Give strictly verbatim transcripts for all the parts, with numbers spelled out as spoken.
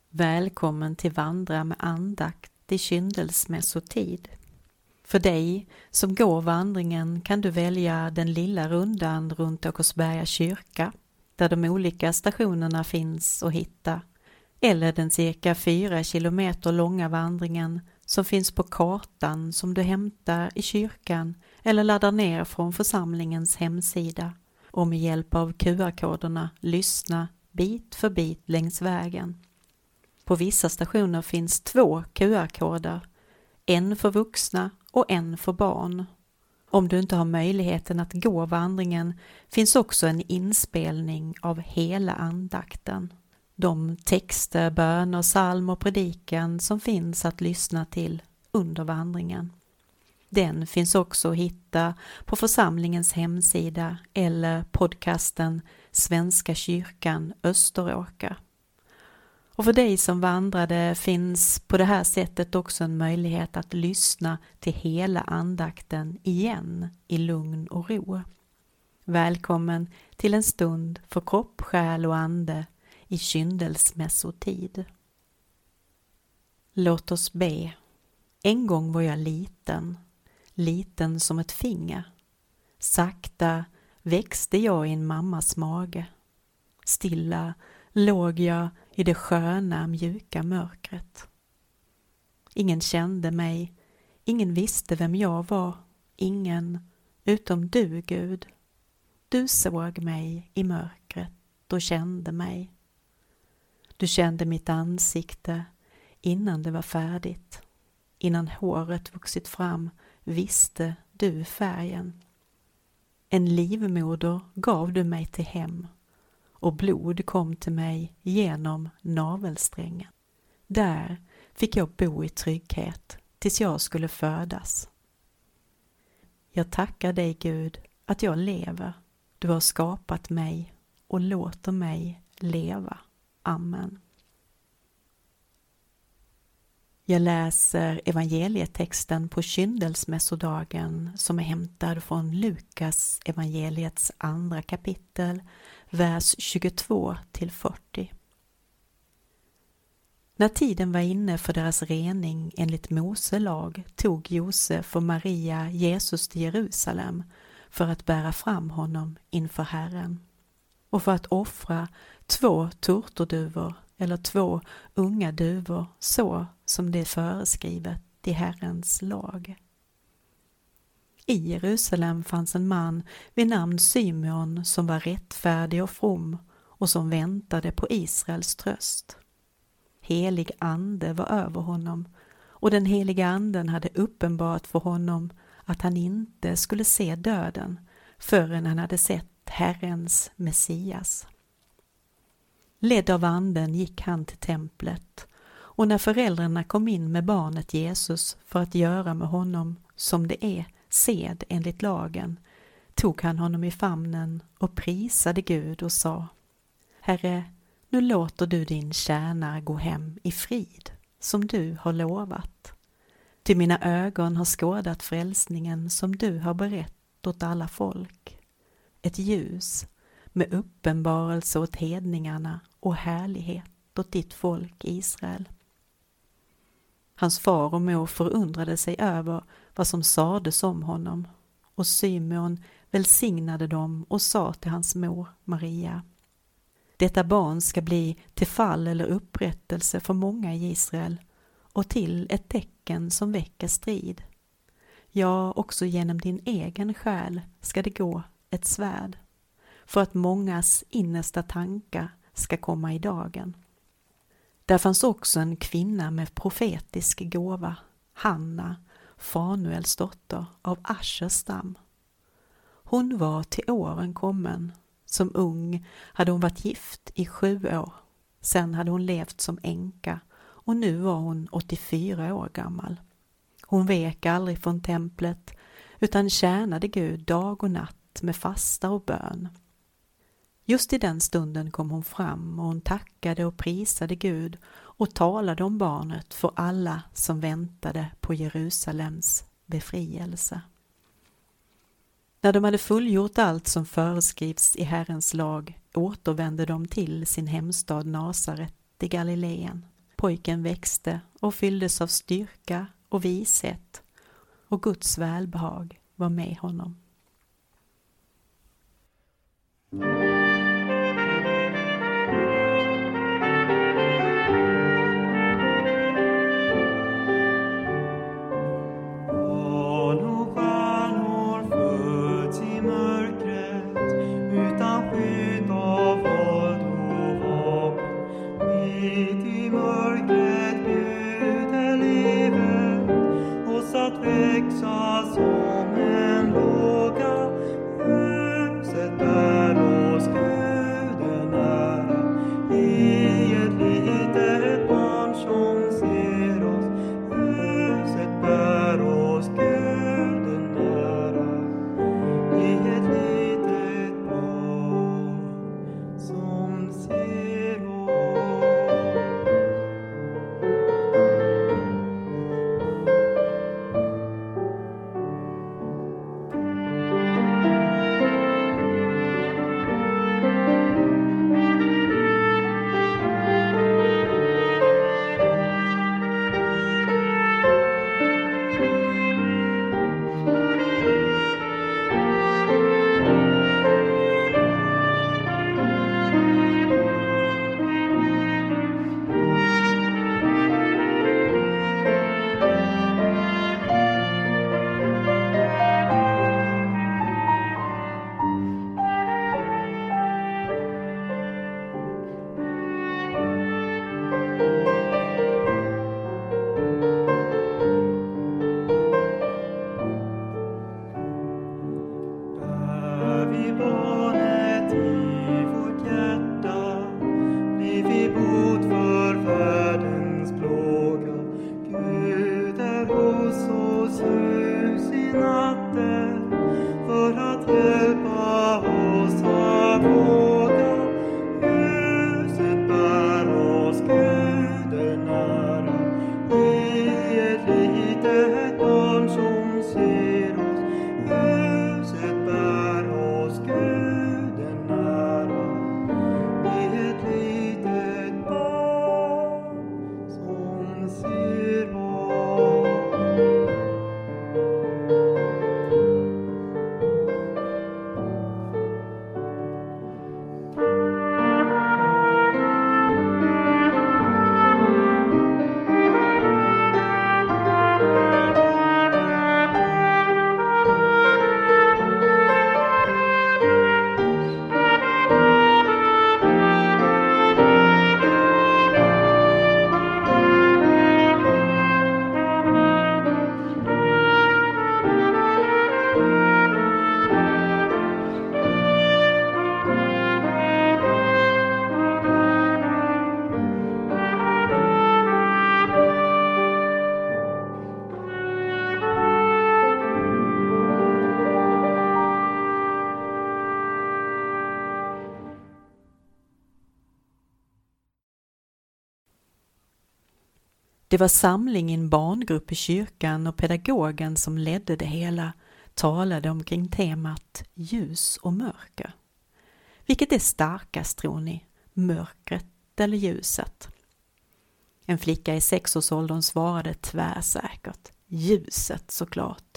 Välkommen till Vandra med andakt i kyndelsmässotid. För dig som går vandringen kan du välja den lilla rundan runt Åkersberga kyrka, där de olika stationerna finns att hitta, eller den cirka fyra kilometer långa vandringen som finns på kartan som du hämtar i kyrkan eller laddar ner från församlingens hemsida och med hjälp av Q R-koderna lyssna bit för bit längs vägen. På vissa stationer finns två Q R-koder, en för vuxna och en för barn. Om du inte har möjligheten att gå vandringen finns också en inspelning av hela andakten. De texter, böner, psalm och predikan som finns att lyssna till under vandringen. Den finns också att hitta på församlingens hemsida eller podcasten Svenska kyrkan Österåker. Och för dig som vandrade finns på det här sättet också en möjlighet att lyssna till hela andakten igen i lugn och ro. Välkommen till en stund för kropp, själ och ande i kyndelsmässotid. Låt oss be. En gång var jag liten, liten som ett finger. Sakta växte jag i en mammas mage. Stilla låg jag i det sköna, mjuka mörkret. Ingen kände mig, ingen visste vem jag var, ingen utom du, Gud. Du såg mig i mörkret och kände mig. Du kände mitt ansikte innan det var färdigt. Innan håret vuxit fram visste du färgen. En livmoder gav du mig till hem och blod kom till mig genom navelsträngen. Där fick jag bo i trygghet tills jag skulle födas. Jag tackar dig, Gud, att jag lever. Du har skapat mig och låter mig leva. Amen. Jag läser evangelietexten på kyndelsmässodagen som är hämtad från Lukas evangeliets andra kapitel, vers tjugotvå till fyrtio. När tiden var inne för deras rening enligt Mose lag tog Josef och Maria Jesus till Jerusalem för att bära fram honom inför Herren och för att offra två turturduvor eller två unga duvor så som det är föreskrivet i Herrens lag. I Jerusalem fanns en man vid namn Symeon som var rättfärdig och from och som väntade på Israels tröst. Helig ande var över honom och den heliga anden hade uppenbarat för honom att han inte skulle se döden förrän han hade sett Herrens Messias. Ledd av anden gick han till templet och när föräldrarna kom in med barnet Jesus för att göra med honom som det är sed enligt lagen tog han honom i famnen och prisade Gud och sa: Herre, nu låter du din tjänare gå hem i frid som du har lovat. Till mina ögon har skådat frälsningen som du har berett åt alla folk. Ett ljus med uppenbarelse åt hedningarna och härlighet åt ditt folk Israel. Hans far och mor förundrade sig över vad som sades om honom, och Symeon välsignade dem och sa till hans mor Maria: Detta barn ska bli till fall eller upprättelse för många i Israel och till ett tecken som väcker strid. Ja, också genom din egen själ ska det gå ett svärd, för att mångas innersta tankar ska komma i dagen. Där fanns också en kvinna med profetisk gåva, Hanna, Fanuels dotter av Aschers stam. Hon var till åren kommen. Som ung hade hon varit gift i sju år. Sen hade hon levt som änka och nu var hon åttiofyra år gammal. Hon vek aldrig från templet utan tjänade Gud dag och natt med fasta och bön. Just i den stunden kom hon fram och hon tackade och prisade Gud och talade om barnet för alla som väntade på Jerusalems befrielse. När de hade fullgjort allt som föreskrivs i Herrens lag återvände de till sin hemstad Nasaret i Galileen. pojken växte och fylldes av styrka och vishet, och Guds välbehag var med honom. Det var samling i en barngrupp i kyrkan, och pedagogen som ledde det hela talade omkring temat ljus och mörker. Vilket är starkast, tror ni? Mörkret eller ljuset? En flicka i sexårsåldern svarade tvärsäkert: ljuset, såklart.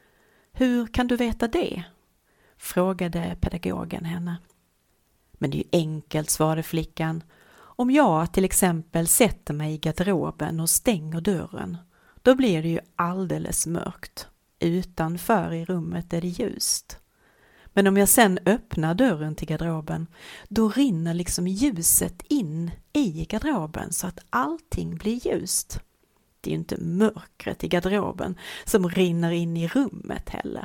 Hur kan du veta det? Frågade pedagogen henne. Men det är ju enkelt, svarade flickan. Om jag till exempel sätter mig i garderoben och stänger dörren, då blir det ju alldeles mörkt. Utanför i rummet är det ljust. Men om jag sen öppnar dörren till garderoben, då rinner liksom ljuset in i garderoben så att allting blir ljust. Det är ju inte mörkret i garderoben som rinner in i rummet heller.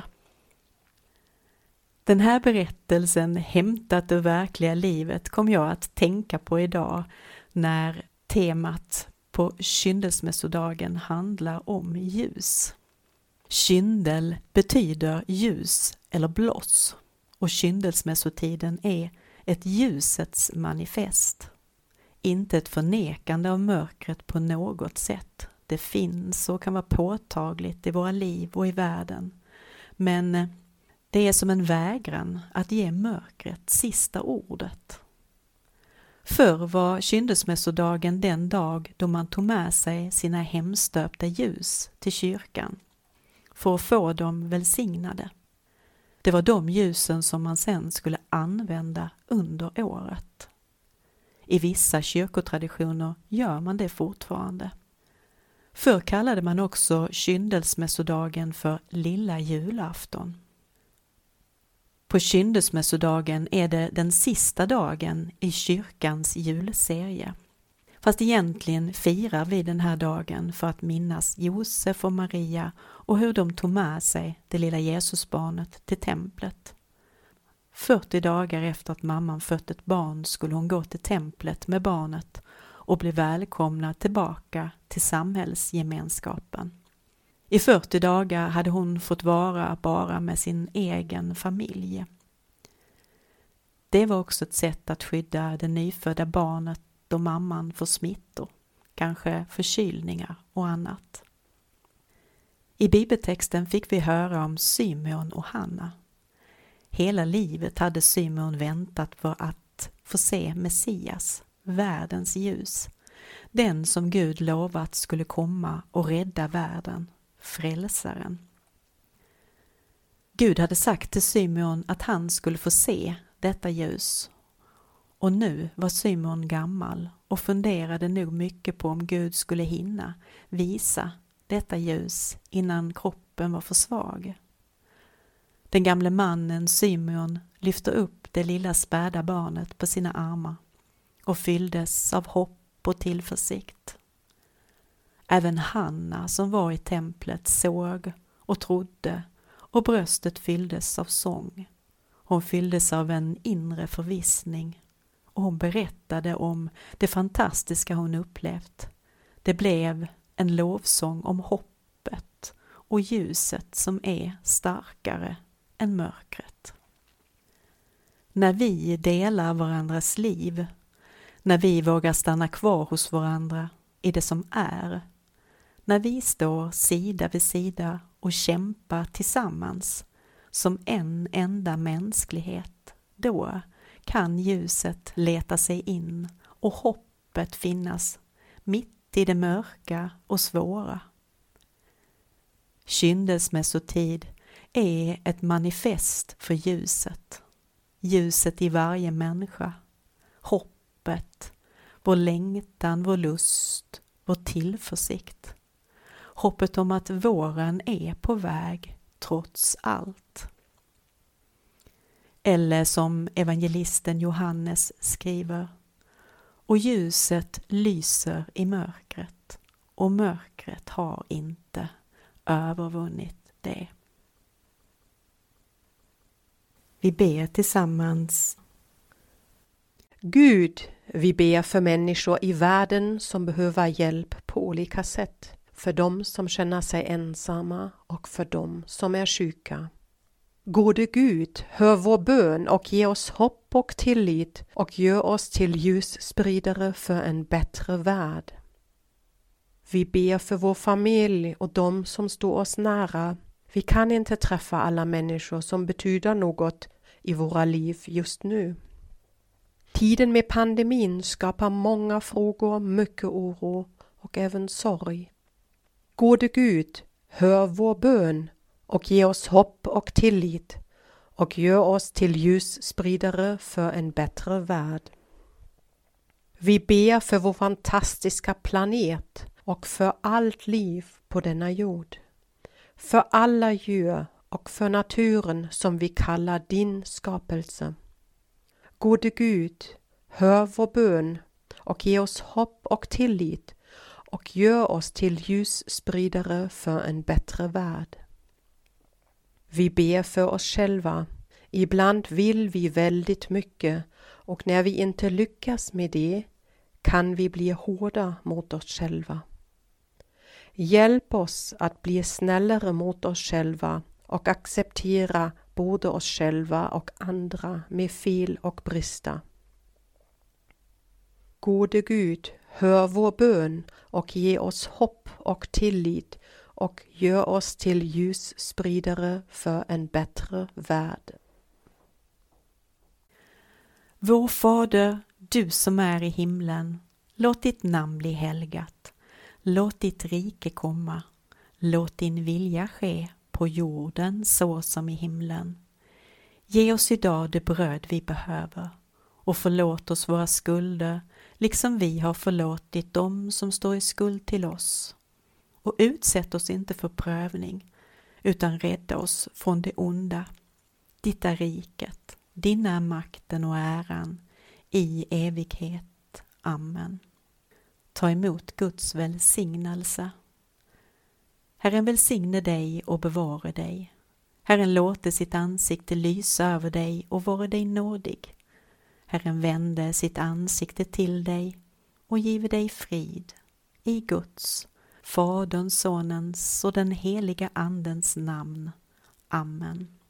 Den här berättelsen, hämtat ur verkliga livet, kom jag att tänka på idag när temat på kyndelsmässodagen handlar om ljus. Kyndel betyder ljus eller bloss, och kyndelsmässotiden är ett ljusets manifest. Inte ett förnekande av mörkret på något sätt. Det finns och kan vara påtagligt i våra liv och i världen. Men det är som en vägran att ge mörkret sista ordet. Förr var kyndelsmässodagen den dag då man tog med sig sina hemstöpta ljus till kyrkan för att få dem välsignade. Det var de ljusen som man sen skulle använda under året. I vissa kyrkotraditioner gör man det fortfarande. Förr kallade man också kyndelsmässodagen för lilla julafton. På kyndelsmässodagen är det den sista dagen i kyrkans julserie. Fast egentligen firar vi den här dagen för att minnas Josef och Maria och hur de tog med sig det lilla Jesusbarnet till templet. fyrtio dagar efter att mamman fött ett barn skulle hon gå till templet med barnet och bli välkomna tillbaka till samhällsgemenskapen. I fyrtio dagar hade hon fått vara bara med sin egen familj. Det var också ett sätt att skydda det nyfödda barnet då mamman får smittor, kanske förkylningar och annat. I bibeltexten fick vi höra om Symeon och Hanna. Hela livet hade Symeon väntat på att få se Messias, världens ljus, den som Gud lovat skulle komma och rädda världen, frälsaren. Gud hade sagt till Symeon att han skulle få se detta ljus. Och nu var Symeon gammal och funderade nog mycket på om Gud skulle hinna visa detta ljus innan kroppen var för svag. Den gamle mannen Symeon lyfte upp det lilla späda barnet på sina armar och fylldes av hopp och tillförsikt. Även Hanna som var i templet såg och trodde och bröstet fylldes av sång. Hon fylldes av en inre förvissning och hon berättade om det fantastiska hon upplevt. Det blev en lovsång om hoppet och ljuset som är starkare än mörkret. När vi delar varandras liv, när vi vågar stanna kvar hos varandra i det som är, när vi står sida vid sida och kämpar tillsammans som en enda mänsklighet, då kan ljuset leta sig in och hoppet finnas mitt i det mörka och svåra. Kyndelsmässotid är ett manifest för ljuset. Ljuset i varje människa. Hoppet, vår längtan, vår lust, vår tillförsikt. Hoppet om att våren är på väg trots allt. Eller som evangelisten Johannes skriver: och ljuset lyser i mörkret och mörkret har inte övervunnit det. Vi ber tillsammans. Gud, vi ber för människor i världen som behöver hjälp på olika sätt. För dem som känner sig ensamma och för dem som är sjuka. Gode Gud, hör vår bön och ge oss hopp och tillit och gör oss till ljusspridare för en bättre värld. Vi ber för vår familj och de som står oss nära. Vi kan inte träffa alla människor som betyder något i våra liv just nu. Tiden med pandemin skapar många frågor, mycket oro och även sorg. Gode Gud, hör vår bön och ge oss hopp och tillit och gör oss till ljusspridare för en bättre värld. Vi ber för vår fantastiska planet och för allt liv på denna jord. För alla djur och för naturen som vi kallar din skapelse. Gode Gud, hör vår bön och ge oss hopp och tillit och gör oss till ljusspridare för en bättre värld. Vi ber för oss själva. Ibland vill vi väldigt mycket och när vi inte lyckas med det kan vi bli hårda mot oss själva. Hjälp oss att bli snällare mot oss själva och acceptera både oss själva och andra med fel och brister. Gode Gud, hör vår bön och ge oss hopp och tillit och gör oss till ljusspridare för en bättre värld. Vår Fader, Du som är i himlen, låt ditt namn bli helgat. Låt ditt rike komma. Låt din vilja ske på jorden så som i himlen. Ge oss idag det bröd vi behöver och förlåt oss våra skulder liksom vi har förlåtit dem som står i skuld till oss. Och utsätt oss inte för prövning utan rädda oss från det onda. Ditt är riket, din är makten och äran i evighet. Amen. Ta emot Guds välsignelse. Herren välsigne dig och bevare dig. Herren låter sitt ansikte lysa över dig och vare dig nådig. Herren vände sitt ansikte till dig och give dig frid. I Guds, Faderns, Sonens och den heliga Andens namn. Amen.